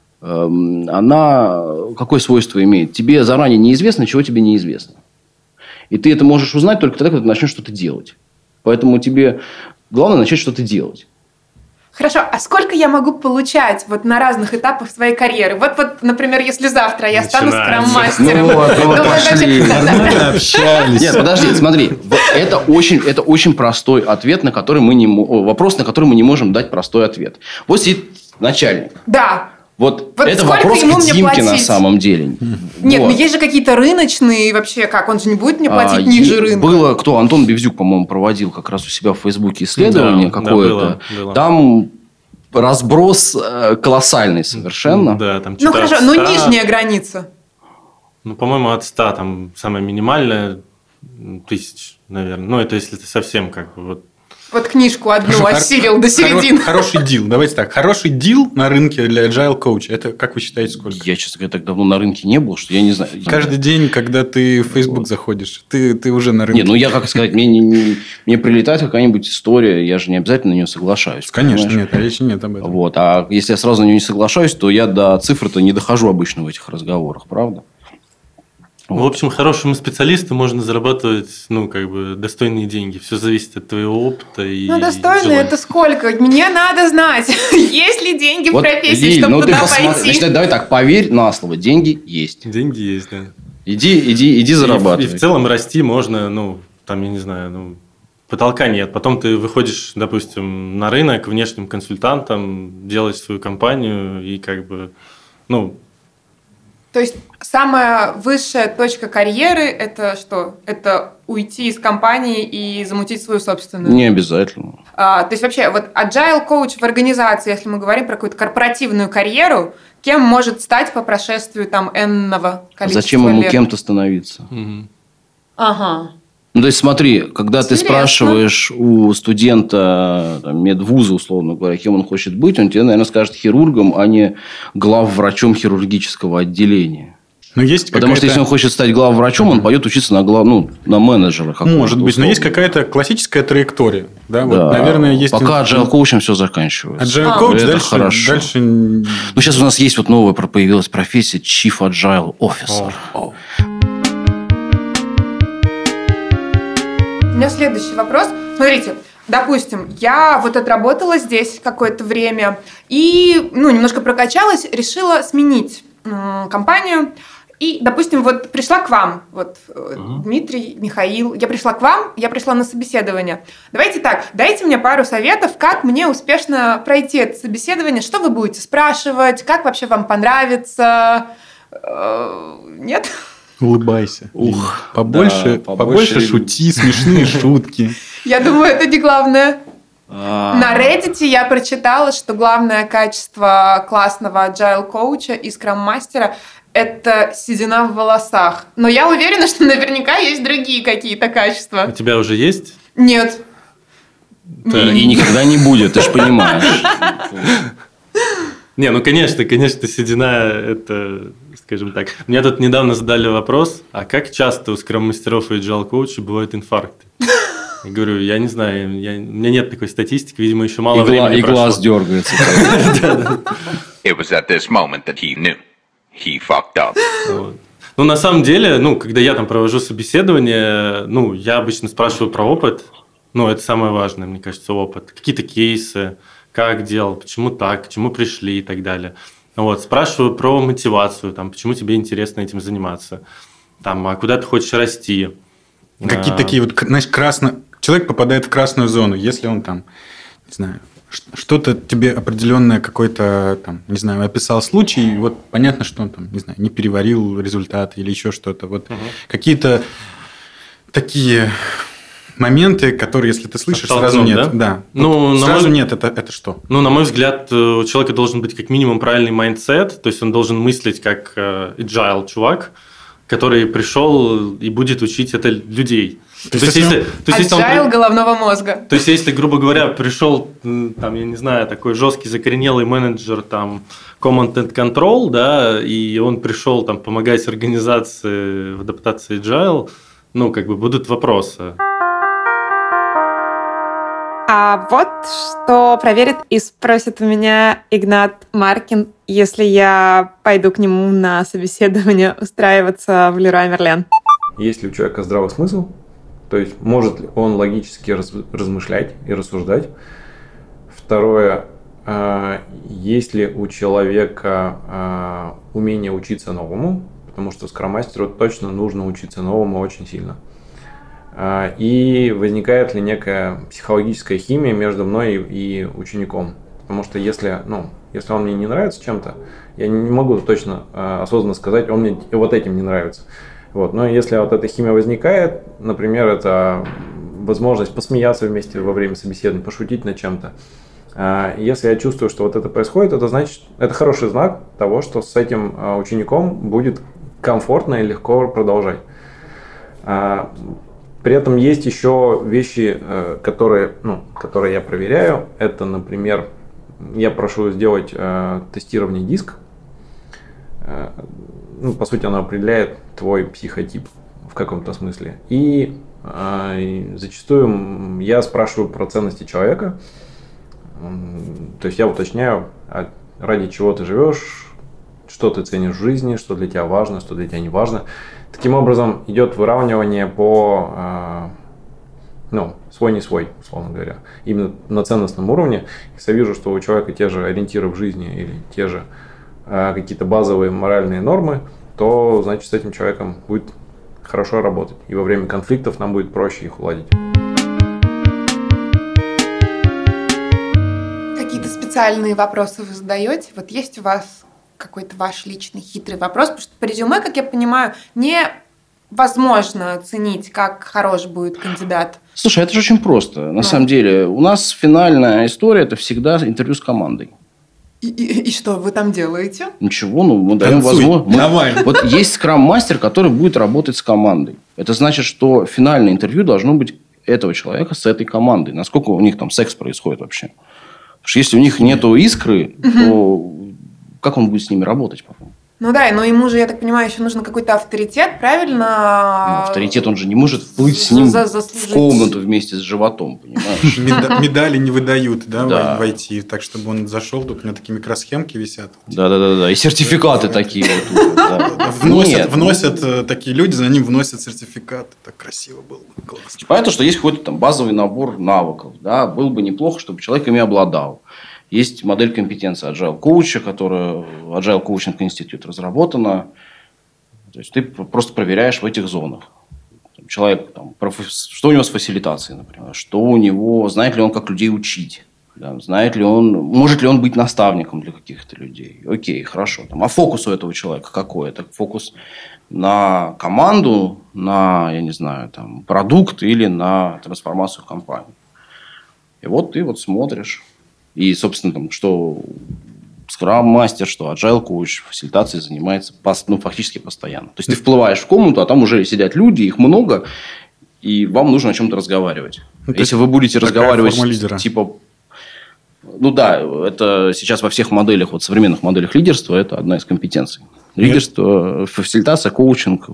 она какое свойство имеет? Тебе заранее неизвестно, чего тебе неизвестно. И ты это можешь узнать только тогда, когда ты начнешь что-то делать. Поэтому тебе главное начать что-то делать. Хорошо, а сколько я могу получать на разных этапах своей карьеры? Вот, например, если завтра я стану скрам-мастером. Пошли. Общались. Нет, подожди, смотри. Это очень простой ответ, вопрос, на который мы не можем дать простой ответ. Вот сидит начальник. Да. Вот это вопрос к Димке на самом деле. Нет, но есть же какие-то рыночные, вообще как, он же не будет мне платить ниже рынка. Было, Антон Бевзюк, по-моему, проводил как раз у себя в Фейсбуке исследование какое-то. Было. Там разброс колоссальный совершенно. Да, там хорошо, 100... нижняя граница. По-моему, от 100, там самая минимальная, 1000, наверное. Это если ты совсем Вот книжку одну осилил до середины. Хороший дил. Давайте так. Хороший дил на рынке для agile коуча. Это, как вы считаете, сколько? Я, честно говоря, так давно на рынке не был, что я не знаю. Каждый день, когда ты в Facebook заходишь, ты уже на рынке. Нет, я как сказать, мне прилетает какая-нибудь история, я же не обязательно на нее соглашаюсь. Конечно, понимаешь? Нет, речи нет об этом. Вот. А если я сразу на нее не соглашаюсь, то я до цифр-то не дохожу обычно в этих разговорах, правда? В общем, хорошему специалисту можно зарабатывать, достойные деньги. Все зависит от твоего опыта и достойные желания. Это сколько? Мне надо знать, есть ли деньги в профессии, чтобы туда пойти. Значит, давай так, поверь на слово, деньги есть. Деньги есть, да. Иди зарабатывай. И в целом расти можно, я не знаю, потолка нет. Потом ты выходишь, допустим, на рынок внешним консультантом, делаешь свою компанию и То есть, самая высшая точка карьеры – это что? Это уйти из компании и замутить свою собственную? Не обязательно. То есть, вообще, agile коуч в организации, если мы говорим про какую-то корпоративную карьеру, кем может стать по прошествию энного количества лет? Зачем ему кем-то становиться? Угу. Ага. То есть, смотри, когда ты спрашиваешь у студента медвуза, условно говоря, кем он хочет быть, он тебе, наверное, скажет хирургом, а не главврачом хирургического отделения. Потому что если он хочет стать главврачом, он пойдет учиться на менеджера. Может быть, но есть какая-то классическая траектория. Да? Наверное, есть... Пока agile коучем все заканчивается. Agile коуч дальше... сейчас у нас есть новая появилась профессия Chief Agile Officer. меня следующий вопрос. Смотрите, допустим, я вот отработала здесь какое-то время и, немножко прокачалась, решила сменить компанию. И, допустим, вот пришла к вам, Дмитрий, Михаил, я пришла к вам, я пришла на собеседование. Давайте так, дайте мне пару советов, как мне успешно пройти это собеседование, что вы будете спрашивать, как вообще вам понравится. Нет? Улыбайся. Побольше шути, смешные шутки. Я думаю, это не главное. На Reddit я прочитала, что главное качество классного agile коуча и скрам-мастера – это седина в волосах. Но я уверена, что наверняка есть другие какие-то качества. У тебя уже есть? Нет. И никогда не будет, ты же понимаешь. Не, конечно, седина, это, скажем так. Мне тут недавно задали вопрос, а как часто у скрам-мастеров и agile-коучей бывают инфаркты? Я говорю, я не знаю, у меня нет такой статистики, видимо, еще мало времени прошло. И глаз дергается. It was at this moment that he knew. He fucked up. На самом деле, когда я там провожу собеседование, я обычно спрашиваю про опыт. Это самое важное, мне кажется, опыт. Какие-то кейсы, как делал, почему так, к чему пришли и так далее. Спрашиваю про мотивацию, почему тебе интересно этим заниматься, а куда ты хочешь расти. Какие-то такие человек попадает в красную зону, если он не знаю, что-то тебе определенное какой-то, описал случай, и понятно, что он не переварил результат или еще что-то. Какие-то такие моменты, которые, если ты слышишь, сразу нет. Да? Сразу нет, это что? На мой взгляд, у человека должен быть как минимум правильный майндсет, то есть он должен мыслить как agile чувак, который пришел и будет учить это людей. Agile головного мозга. То есть, если, грубо говоря, пришел, я не знаю, такой жесткий, закоренелый менеджер, Command and Control, да, и он пришел помогать организации в адаптации Agile, будут вопросы. А вот что проверит и спросит у меня Игнат Маркин, если я пойду к нему на собеседование устраиваться в Леруа Мерлен. Есть ли у человека здравый смысл? То есть, может ли он логически размышлять и рассуждать? Второе, есть ли у человека умение учиться новому? Потому что скрам-мастеру точно нужно учиться новому очень сильно. И возникает ли некая психологическая химия между мной и учеником? Потому что если он мне не нравится чем-то, я не могу точно осознанно сказать, он мне вот этим не нравится. Но если эта химия возникает, например, это возможность посмеяться вместе во время собеседования, пошутить над чем-то. Если я чувствую, что это происходит, это значит, это хороший знак того, что с этим учеником будет комфортно и легко продолжать. При этом есть еще вещи, которые я проверяю. Это, например, я прошу сделать тестирование диск. По сути, оно определяет твой психотип в каком-то смысле. И зачастую я спрашиваю про ценности человека. То есть я уточняю, ради чего ты живешь, что ты ценишь в жизни, что для тебя важно, что для тебя не важно. Таким образом, идет выравнивание по свой не свой, условно говоря. Именно на ценностном уровне. Если я вижу, что у человека те же ориентиры в жизни или те же какие-то базовые моральные нормы, то, значит, с этим человеком будет хорошо работать. И во время конфликтов нам будет проще их уладить. Какие-то специальные вопросы вы задаете? Есть у вас какой-то ваш личный хитрый вопрос? Потому что по резюме, как я понимаю, невозможно оценить, как хорош будет кандидат. Слушай, это же очень просто. На самом деле, у нас финальная история – это всегда интервью с командой. И что вы там делаете? Ничего, мы даем возможность. Давай. Есть скрам-мастер, который будет работать с командой. Это значит, что финальное интервью должно быть этого человека с этой командой. Насколько у них там секс происходит вообще. Потому что если у них нету искры, то как он будет с ними работать потом? Но ему же, я так понимаю, еще нужен какой-то авторитет, правильно? Авторитет, он же не может вплыть с ним в комнату вместе с животом, понимаешь? Медали не выдают, войти, так, чтобы он зашел, тут у меня такие микросхемки висят. Да, и сертификаты такие вот. Вносят такие люди, за ним вносят сертификат. Так красиво было. Классно. Понятно, что есть какой-то там базовый набор навыков. Да? Было бы неплохо, чтобы человек ими обладал. Есть модель компетенции Agile коуча, которая Agile Coaching Institute разработана. То есть ты просто проверяешь в этих зонах. Человек, там, что у него с фасилитацией, например, что у него, знает ли он, как людей учить, да, знает ли он, может ли он быть наставником для каких-то людей. Окей, хорошо. Там, а фокус у этого человека какой? Это фокус на команду, на, я не знаю, там, продукт или на трансформацию компании. И вот ты вот смотришь. И, собственно, там, что скрам-мастер, что agile коуч фасилитацией занимается фактически постоянно. То есть ты вплываешь в комнату, а там уже сидят люди, их много, и вам нужно о чем-то разговаривать. Если вы будете разговаривать типа... Ну да, это сейчас во всех моделях, вот современных моделях лидерства, это одна из компетенций. Лидерство, фасилитация, коучинг.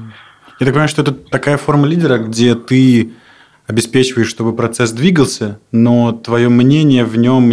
Я так понимаю, что это такая форма лидера, где ты обеспечиваешь, чтобы процесс двигался, но твое мнение в нем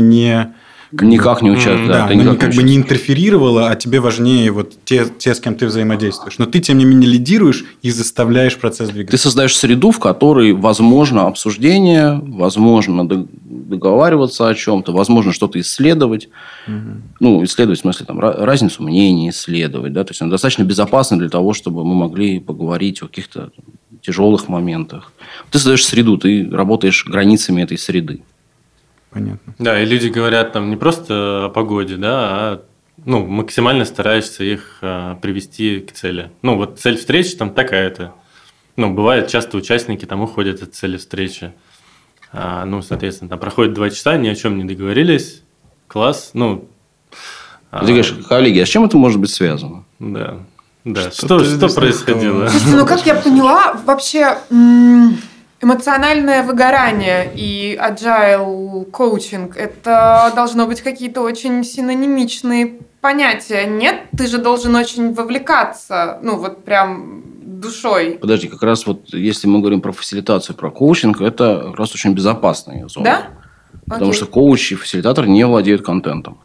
никак не участвует. Да, оно как бы не интерферировало, а тебе важнее вот те, с кем ты взаимодействуешь. Но ты, тем не менее, лидируешь и заставляешь процесс двигаться. Ты создаешь среду, в которой возможно обсуждение, возможно договариваться о чем-то, возможно что-то исследовать. Ну, исследовать, в смысле, там, разницу мнений исследовать. Да? То есть, она достаточно безопасна для того, чтобы мы могли поговорить о каких-то тяжелых моментах. Ты создаешь среду, ты работаешь границами этой среды. Понятно. Да, и люди говорят там не просто о погоде, да, а максимально стараешься их привести к цели. Ну, вот цель встречи там такая-то. Ну, бывает, часто участники там уходят от цели встречи. Соответственно, там проходит 2 часа, ни о чем не договорились. Класс. Ты говоришь, коллеги, а с чем это может быть связано? Да. Да, что происходило? Слушайте, как я поняла, вообще эмоциональное выгорание и agile коучинг – это должно быть какие-то очень синонимичные понятия. Нет? Ты же должен очень вовлекаться, прям душой. Подожди, как раз вот если мы говорим про фасилитацию, про коучинг, это как раз очень безопасная зона. Да? Потому что коуч и фасилитатор не владеют контентом.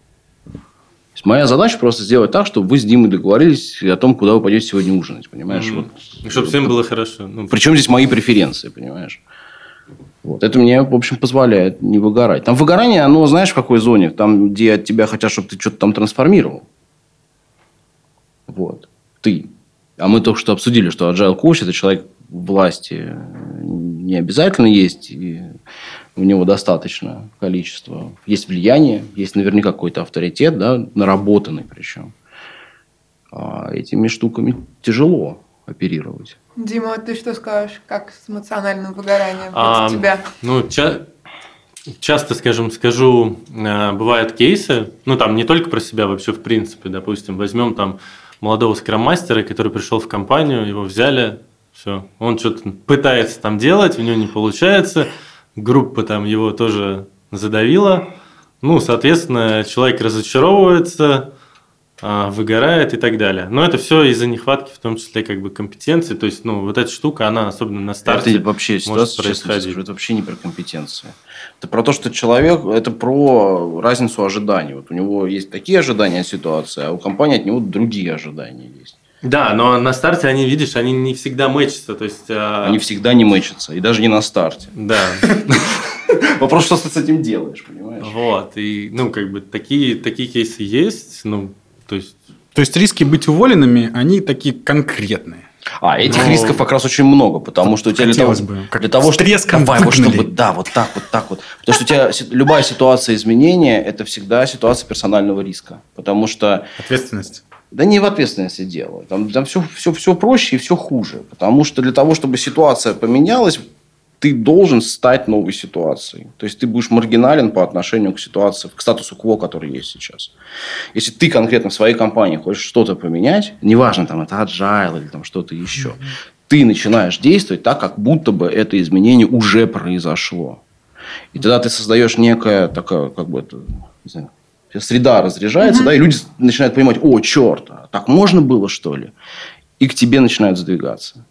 То есть моя задача просто сделать так, чтобы вы с Димой договорились о том, куда вы пойдете сегодня ужинать, понимаешь? Чтобы всем было хорошо. Причем здесь мои преференции, понимаешь? Вот. Это мне, в общем, позволяет не выгорать. Там выгорание, оно, знаешь, в какой зоне? Там, где от тебя хотят, чтобы ты что-то там трансформировал. Вот. Ты. А мы только что обсудили, что agile коуч – это человек власти не обязательно есть, и у него достаточно количество. Есть влияние, есть наверняка какой-то авторитет, да, наработанный причем. А этими штуками тяжело оперировать. Дима, ты что скажешь, как с эмоциональным выгоранием у тебя? Часто, скажу, бывают кейсы, там не только про себя, вообще в принципе, допустим, возьмем там молодого скрам-мастера, который пришел в компанию, его взяли, все, он что-то пытается там делать, у него не получается, группа там его тоже задавила, соответственно, человек разочаровывается, выгорает и так далее. Но это все из-за нехватки, в том числе, компетенции. То есть, вот эта штука, она особенно на старте это вообще может происходить. Скажу, это вообще не про компетенции. Это про то, что человек, это про разницу ожиданий. Вот у него есть такие ожидания от ситуации, а у компании от него другие ожидания есть. Да, но на старте они, видишь, они не всегда мэчатся. То есть, они всегда не мэчатся, и даже не на старте. Да. Вопрос, что ты с этим делаешь, понимаешь? Вот. И, такие кейсы есть, То есть риски быть уволенными, они такие конкретные. Этих рисков как раз очень много, потому что у тебя для того, чтобы да, вот так вот. Потому что у тебя любая ситуация изменения – это всегда ситуация персонального риска. Потому что… Ответственность. Да не в ответственности дело. Там все проще и все хуже. Потому что для того, чтобы ситуация поменялась, ты должен стать новой ситуацией. То есть, ты будешь маргинален по отношению к ситуации, к статусу кво, который есть сейчас. Если ты конкретно в своей компании хочешь что-то поменять, неважно, там, это agile или там, что-то еще, ты начинаешь действовать так, как будто бы это изменение уже произошло. И тогда ты создаешь некая такая, не знаю, среда разряжается, да, и люди начинают понимать, черт, так можно было, что ли? И к тебе начинают сдвигаться.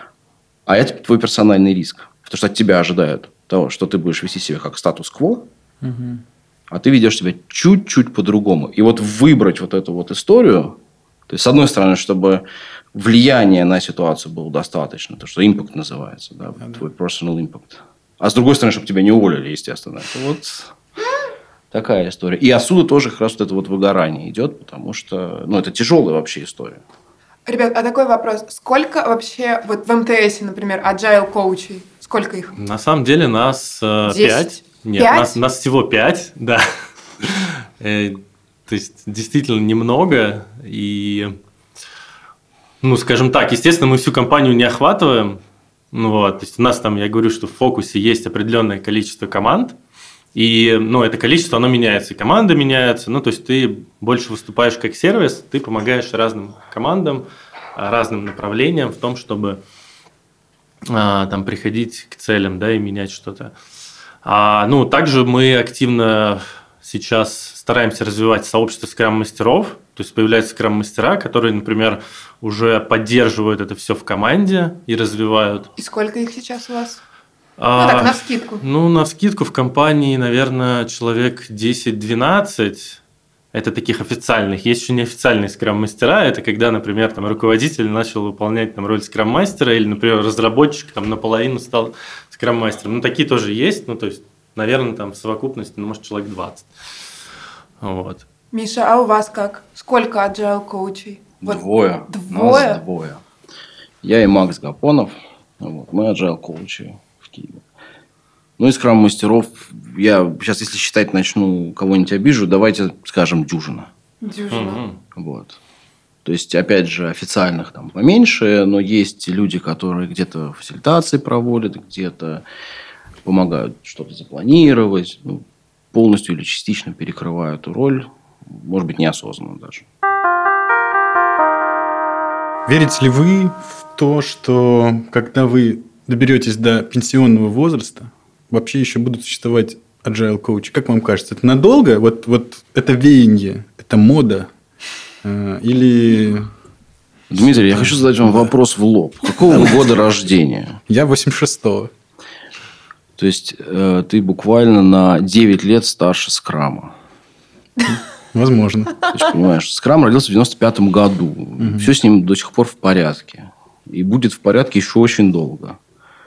А это твой персональный риск. Потому что от тебя ожидают того, что ты будешь вести себя как статус-кво, а ты ведешь себя чуть-чуть по-другому. И вот выбрать вот эту вот историю, То есть, с одной стороны, чтобы влияние на ситуацию было достаточно, то, что импакт называется, да, твой personal impact. А с другой стороны, чтобы тебя не уволили, естественно. Это вот такая история. И отсюда тоже как раз вот это вот выгорание идет, потому что, это тяжелая вообще история. Ребят, а такой вопрос. Сколько вообще вот в МТС, например, agile коучей? Сколько их? На самом деле нас 5. Нет, 5? нас всего 5, да. То есть, действительно немного. И, скажем так, естественно, мы всю компанию не охватываем. То есть, у нас там, я говорю, что в фокусе есть определенное количество команд. И, это количество, оно меняется. И команды меняются. То есть, ты больше выступаешь как сервис, ты помогаешь разным командам, разным направлениям в том, чтобы там приходить к целям, да, и менять что-то. Также мы активно сейчас стараемся развивать сообщество скрам-мастеров, то есть появляются скрам-мастера, которые, например, уже поддерживают это все в команде и развивают. И сколько их сейчас у вас? Так, навскидку. Навскидку в компании, наверное, человек 10-12. Это таких официальных. Есть еще неофициальные скрам-мастера. Это когда, например, там, руководитель начал выполнять роль скрам-мастера, или, например, разработчик наполовину стал скрам-мастером. Такие тоже есть. То есть, наверное, там в совокупности, может, человек 20. Вот. Миша, а у вас как? Сколько agile коучей? Двое. Двое? Нас двое. Я и Макс Гапонов. Мы agile коучи в Киеве. И скрам-мастеров, я сейчас, если считать начну, кого-нибудь обижу, давайте скажем дюжина. Дюжина. Вот. То есть, опять же, официальных там поменьше, но есть люди, которые где-то фасилитации проводят, где-то помогают что-то запланировать, полностью или частично перекрывают эту роль, может быть, неосознанно даже. Верите ли вы в то, что когда вы доберетесь до пенсионного возраста, вообще еще будут существовать agile коучи? Как вам кажется, это надолго? Вот это веяние, это мода? Или... Дмитрий, я хочу задать вам вопрос в лоб. Какого вы года рождения? Я 86-го. То есть, ты буквально на 9 лет старше Скрама. Возможно. То есть, понимаешь, Скрам родился в 95-м году. Угу. Все с ним до сих пор в порядке. И будет в порядке еще очень долго.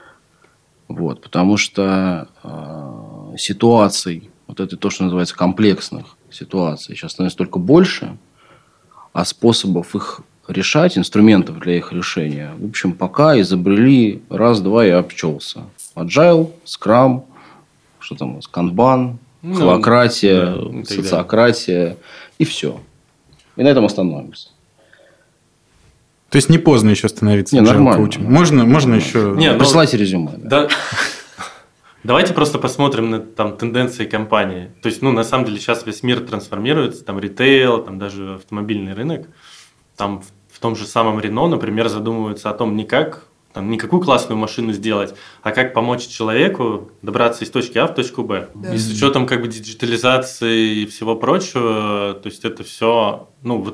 Вот. Потому что ситуаций, вот это то, что называется комплексных ситуаций, сейчас становится только больше, а способов их решать, инструментов для их решения, в общем, пока изобрели раз-два и обчелся. Agile, Scrum, что там у нас, Kanban, холократия, социократия и все. И на этом остановимся. То есть, не поздно еще становиться agile коучем? Можно еще... Присылайте резюме. Да. Давайте просто посмотрим на тенденции компании. То есть, на самом деле, сейчас весь мир трансформируется, ритейл, даже автомобильный рынок. Там в том же самом Renault, например, задумываются о том, не какую классную машину сделать, а как помочь человеку добраться из точки А в точку Б. Да. И с учетом диджитализации и всего прочего, то есть это все,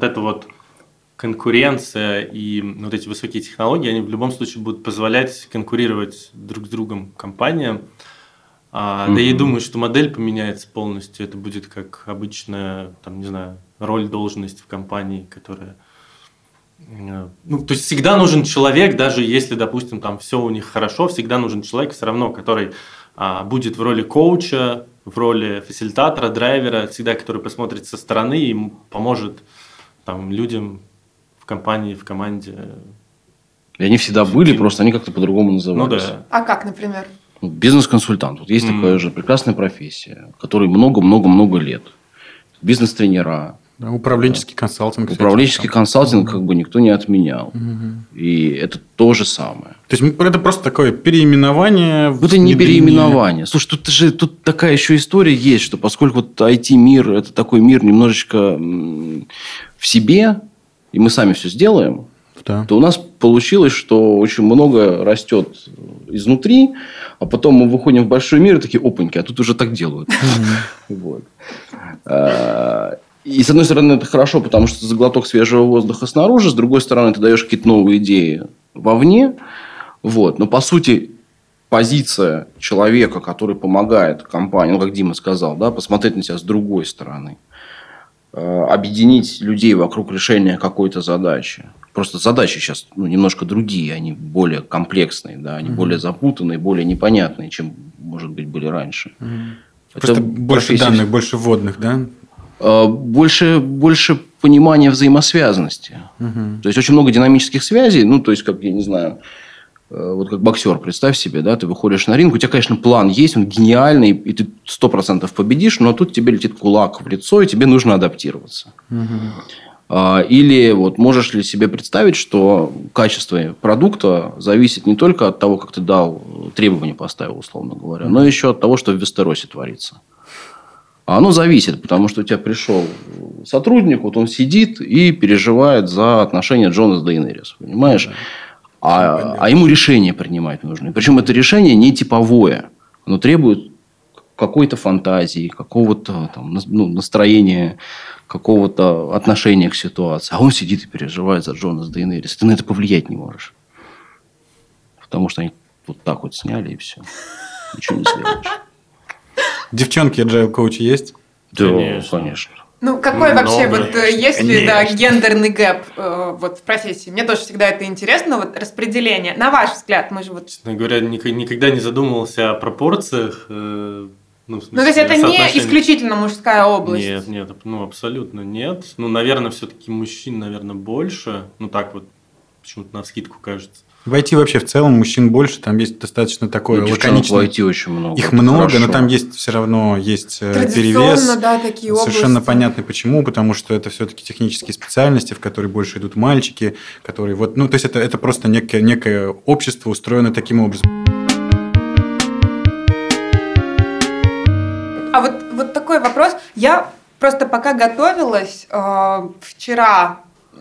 конкуренция и эти высокие технологии, они в любом случае будут позволять конкурировать друг с другом компаниям. Да я и думаю, что модель поменяется полностью. Это будет как обычная, роль, должность в компании, которая... то есть, всегда нужен человек, даже если, допустим, все у них хорошо, всегда нужен человек все равно, который будет в роли коуча, в роли фасилитатора, драйвера, всегда, который посмотрит со стороны и поможет людям в компании, в команде. И они всегда были, просто они как-то по-другому назывались. Да. А как, например? Бизнес-консультант. Вот есть такая же прекрасная профессия, которой много-много-много лет. Бизнес-тренера. Да, управленческий консалтинг. Управленческий консалтинг никто не отменял. И это то же самое. То есть, это просто такое переименование. Это не переименование. Слушай, тут такая еще история есть, что поскольку IT-мир – это такой мир немножечко в себе, и мы сами все сделаем, да, то у нас получилось, что очень много растет изнутри, а потом мы выходим в большой мир и такие, опаньки, а тут уже так делают. И, с одной стороны, это хорошо, потому что за глоток свежего воздуха снаружи, с другой стороны, ты даешь какие-то новые идеи вовне. Но, по сути, позиция человека, который помогает компании, как Дима сказал, посмотреть на себя с другой стороны, объединить людей вокруг решения какой-то задачи. Просто задачи сейчас немножко другие, они более комплексные, да, они более запутанные, более непонятные, чем, может быть, были раньше. Просто больше данных, больше вводных, да? Больше понимания взаимосвязанности. То есть, очень много динамических связей. То есть, как, я не знаю, вот как боксер, представь себе, да, ты выходишь на ринг, у тебя, конечно, план есть, он гениальный, и ты 100% победишь, но тут тебе летит кулак в лицо, и тебе нужно адаптироваться. Или вот можешь ли себе представить, что качество продукта зависит не только от того, как ты дал, требования поставил, условно говоря, но еще от того, что в Вестеросе творится. А оно зависит, потому что у тебя пришел сотрудник, вот он сидит и переживает за отношения Джона с Дейенерис, понимаешь? А ему решение принимать нужно. Причем это решение не типовое, оно требует какой-то фантазии, какого-то там, настроения, какого-то отношения к ситуации. А он сидит и переживает за Джона с Дейенерис. Ты на это повлиять не можешь. Потому что они вот так вот сняли, и все. Ничего не сделаешь. Девчонки agile коучи есть? Да, конечно. Какой вообще, есть ли гендерный гэп в профессии? Мне тоже всегда это интересно, распределение. На ваш взгляд, мы же Честно говоря, никогда не задумывался о пропорциях. То есть, это не исключительно мужская область? Нет, абсолютно нет. Наверное, все-таки мужчин, больше. Так вот, почему-то навскидку кажется. В IT вообще в целом мужчин больше, там есть достаточно такое лаконичное. В IT очень много. Их много, но там есть все равно перевес. Да, такие совершенно области. Понятно почему, потому что это все-таки технические специальности, в которые больше идут мальчики, которые то есть это просто некое общество устроено таким образом. А вот такой вопрос. Я просто пока готовилась вчера.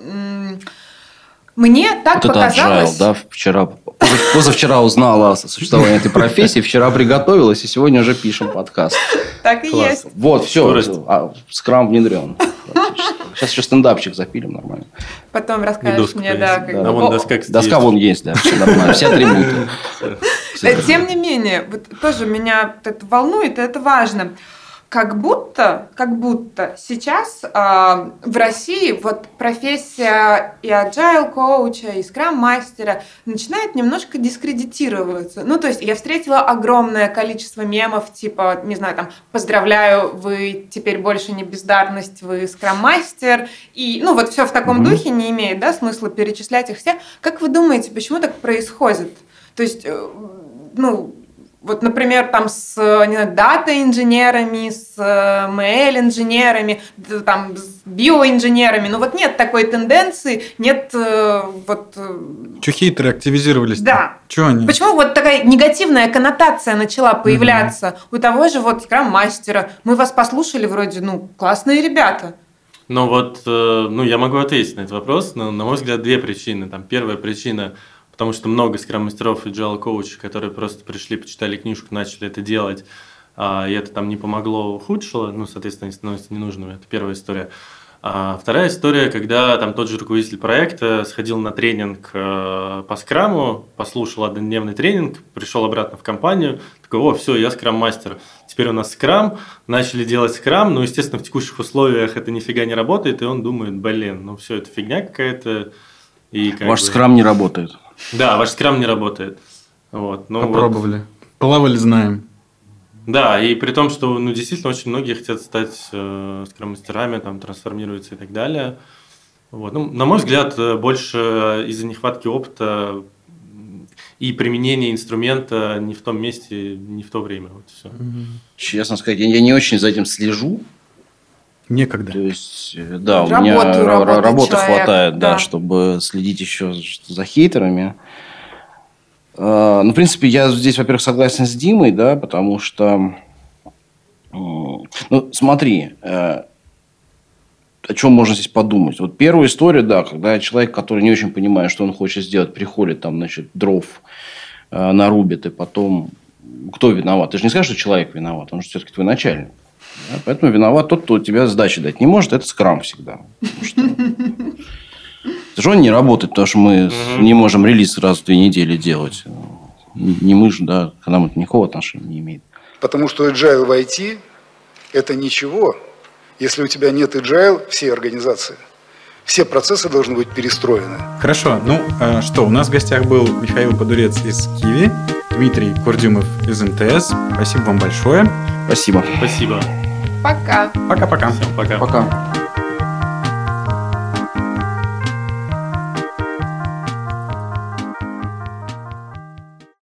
Мне так показалось... Это agile, да? Позавчера узнала о существовании этой профессии, вчера приготовилась, и сегодня уже пишем подкаст. Так и есть. Вот, все, скрам внедрен. Сейчас еще стендапчик запилим нормально. Потом расскажешь мне, доска вон есть, да, все нормально, все атрибуты. Тем не менее, тоже меня это волнует, и это важно. Как будто сейчас в России профессия и agile коуча, и скрам-мастера начинает немножко дискредитироваться. То есть я встретила огромное количество мемов, типа, не знаю, там, поздравляю, вы теперь больше не бездарность, вы скрам-мастер. И, все в таком духе, не имеет, смысла перечислять их все. Как вы думаете, почему так происходит? То есть, например, там с дата-инженерами, с ML-инженерами, там, с биоинженерами. Нет такой тенденции, нет Чё хейтеры активизировались? Да. Чё они? Почему такая негативная коннотация начала появляться у того же скрам-мастера? Мы вас послушали, вроде, классные ребята. Я могу ответить на этот вопрос, но, на мой взгляд, две причины. Первая причина – потому что много скрам-мастеров и agile коучей, которые просто пришли, почитали книжку, начали это делать, и это не помогло, ухудшило, соответственно, они становятся ненужными. Это первая история. А вторая история, когда тот же руководитель проекта сходил на тренинг по скраму, послушал однодневный тренинг, пришел обратно в компанию, такой, все, я скрам-мастер, теперь у нас скрам, начали делать скрам, но, естественно, в текущих условиях это нифига не работает, и он думает, все, это фигня какая-то. Ваш скрам не работает. Да, ваш скрам не работает. Попробовали. Плавали, знаем. Да, и при том, что действительно очень многие хотят стать скрам-мастерами, трансформируются и так далее. На мой взгляд, больше из-за нехватки опыта и применения инструмента не в том месте, не в то время. Все. Честно сказать, я не очень за этим слежу. Некогда. То есть, да, у меня работы хватает, да, чтобы следить еще за хейтерами. В принципе, я здесь, во-первых, согласен с Димой, да, потому что, смотри, о чем можно здесь подумать. Первая история, да, когда человек, который не очень понимает, что он хочет сделать, приходит, дров нарубит, и потом... Кто виноват? Ты же не скажешь, что человек виноват, он же все-таки твой начальник. Да? Поэтому виноват тот, кто тебе сдачи дать не может. Это скрам всегда. Это же он не работает, потому что мы не можем релиз раз в 2 недели делать. Не мы же, да, к нам это никакого отношения не имеет. Потому что agile в IT – это ничего, Если у тебя нет agile, все организации, все процессы должны быть перестроены. Хорошо, у нас в гостях был Михаил Подурец из Киви, Дмитрий Курдюмов из МТС. Спасибо вам большое. Спасибо. Спасибо. Пока. Пока-пока. Всем пока. Пока.